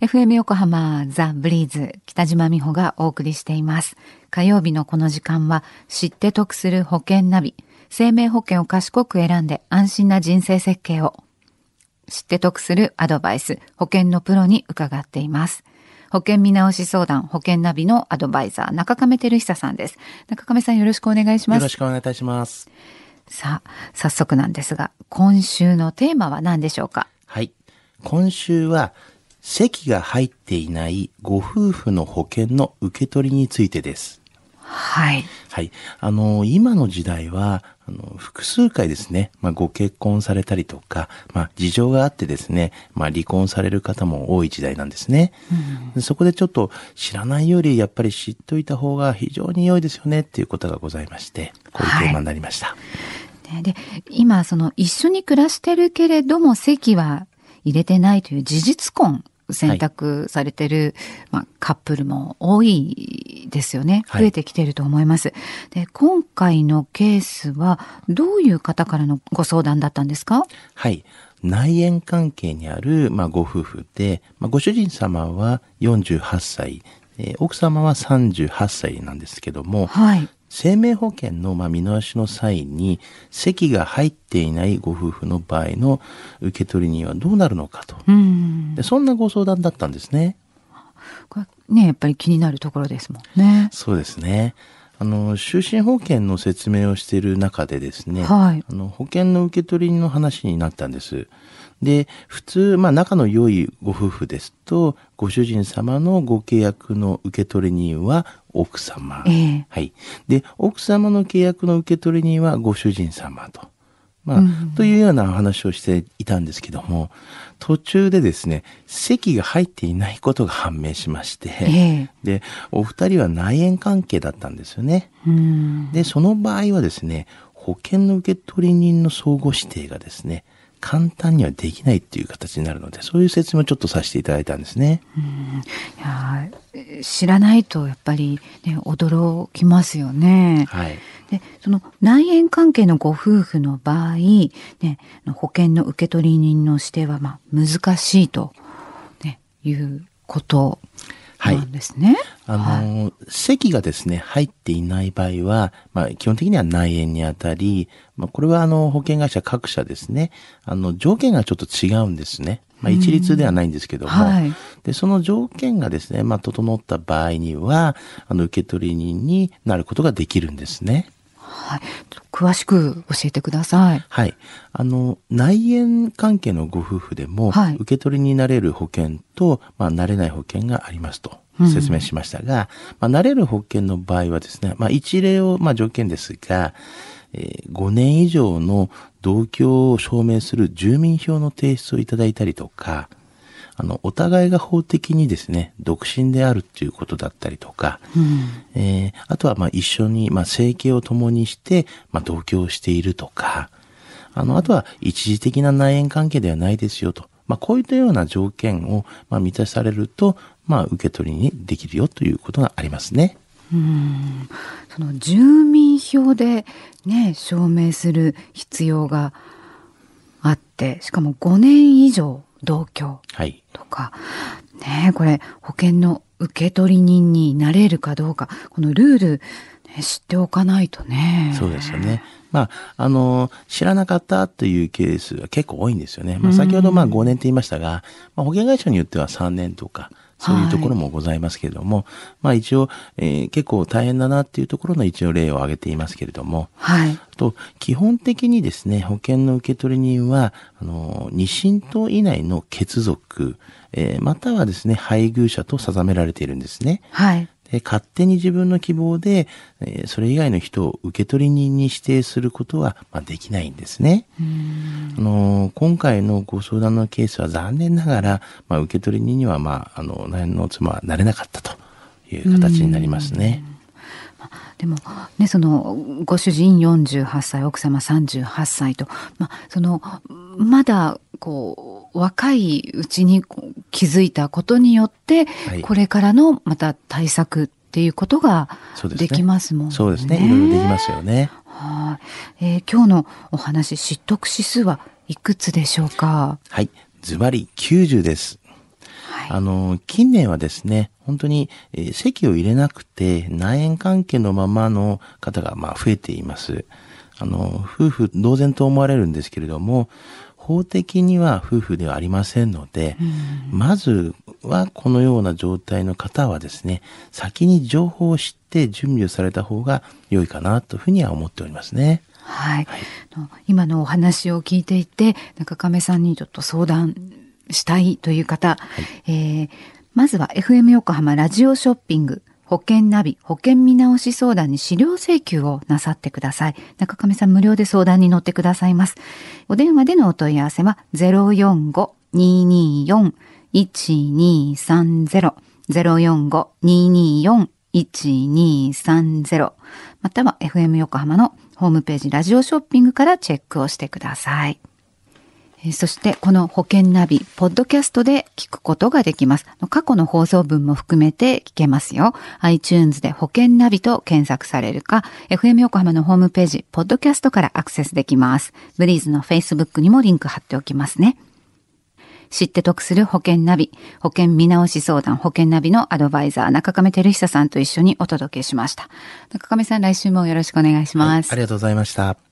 FM 横浜ザ・ブリーズ北島美穂がお送りしています。火曜日のこの時間は知って得する保険ナビ、生命保険を賢く選んで安心な人生設計を知って得するアドバイス、保険のプロに伺っています。保険見直し相談、保険ナビのアドバイザー、中亀照久さんです。中亀さん、よろしくお願いします。 よろしくお願いいたします。 さあ、早速なんですが、今週のテーマは何でしょうか？ はい。今週は、籍が入っていないご夫婦の保険の受け取りについてです。 はい。 はい。今の時代は、複数回ですね、ご結婚されたりとか、事情があってですね、離婚される方も多い時代なんですね。そこでちょっと知らないよりやっぱり知っといた方が非常に良いですよねっていうことがございまして、こういうテーマになりました。 で、今、一緒に暮らしてるけれども、籍は入れてないという事実婚選択されてる、カップルも多いですよね。増えてきていると思います。で、今回のケースはどういう方からのご相談だったんですか？ はい。内縁関係にある、ご夫婦で、ご主人様は48歳、奥様は38歳なんですけども、 はい。 生命保険の見直しの際に籍が入っていないご夫婦の場合の受け取り人はどうなるのかと。で、そんなご相談だったんですね。 これね、やっぱり気になるところですもんね。 そうですね。就寝保険の説明をしている中でですね、 はい、 保険の受け取り人の話になったんです。で、普通、仲の良いご夫婦ですと、ご主人様のご契約の受取人は奥様。はい。で、奥様の契約の受取人はご主人様と。というような話をしていたんですけども、途中でですね、籍が入っていないことが判明しまして、で、お二人は内縁関係だったんですよね。で、その場合はですね、保険の受取人の相互指定がですね、簡単にはできないっていう形になるので、そういう説明をちょっとさせていただいたんですね。 いや、知らないとやっぱり、ね、驚きますよね。 はい。 で、その内縁関係のご夫婦の場合、ね、保険の受取人の指定は難しいと、いうことなんですね。 籍がですね、入っていない場合は、基本的には内縁にあたり、これは保険会社各社ですね、条件がちょっと違うんですね。一律ではないんですけども、で、その条件がですね、整った場合には、受取人になることができるんですね。 はい。詳しく教えてください。 はい。内縁関係のご夫婦でも、受取になれる保険と、なれない保険がありますと説明しましたが、なれる保険の場合はですね、一例を、条件ですが、5年以上の同居を証明する住民票の提出をいただいたりとか、お互いが法的にですね、独身であるということだったりとか、あとは一緒に生計を共にして同居をしているとか、あとは一時的な内縁関係ではないですよと、こういったような条件を満たされると、受け取りにできるよということがありますね。 その住民票でね、証明する必要があって、しかも5年以上同居とか、これ保険の受取人になれるかどうか、このルール、知っておかないとね。 そうですよね。知らなかったというケースは結構多いんですよね。先ほど5年と言いましたが、保険会社によっては3年とか、そういうところもございますけれども、一応、結構大変だなっていうところの一応例を挙げていますけれども、基本的にですね、保険の受取人は、2親等以内の血族、またはですね、配偶者と定められているんですね。で、勝手に自分の希望で、それ以外の人を受取人に指定することは、できないんですね。今回のご相談のケースは残念ながら、受取人には、内縁の妻はなれなかったという形になりますね。 でもね、ご主人48歳、奥様38歳と、まだ若いうちに気づいたことによって、これからのまた対策っていうことができますもんね。 そうですね。いろいろできますよね。 今日のお話、知得指数はいくつでしょうか？ はい。ズバリ90です。 近年はですね、本当に、籍を入れなくて内縁関係のままの方が増えています。夫婦同然と思われるんですけれども、法的には夫婦ではありませんので、まずはこのような状態の方はですね、先に情報を知って準備をされた方が良いかなというふうには思っておりますね。 はい。今のお話を聞いていて、中亀さんにちょっと相談したいという方、まずは FM 横浜ラジオショッピング保険ナビ保険見直し相談に資料請求をなさってください。中亀さん無料で相談に乗ってくださいます。お電話でのお問い合わせは 045-224-1230 045-224-1230 または FM 横浜のホームページラジオショッピングからチェックをしてください。そしてこの保険ナビポッドキャストで聞くことができます。過去の放送分も含めて聞けますよ。 iTunes で保険ナビと検索されるか FM 横浜のホームページポッドキャストからアクセスできます。ブリーズの Facebook にもリンク貼っておきますね。知って得する保険ナビ保険見直し相談保険ナビのアドバイザー中亀照久さんと一緒にお届けしました。中亀さん、来週もよろしくお願いします。 ありがとうございました。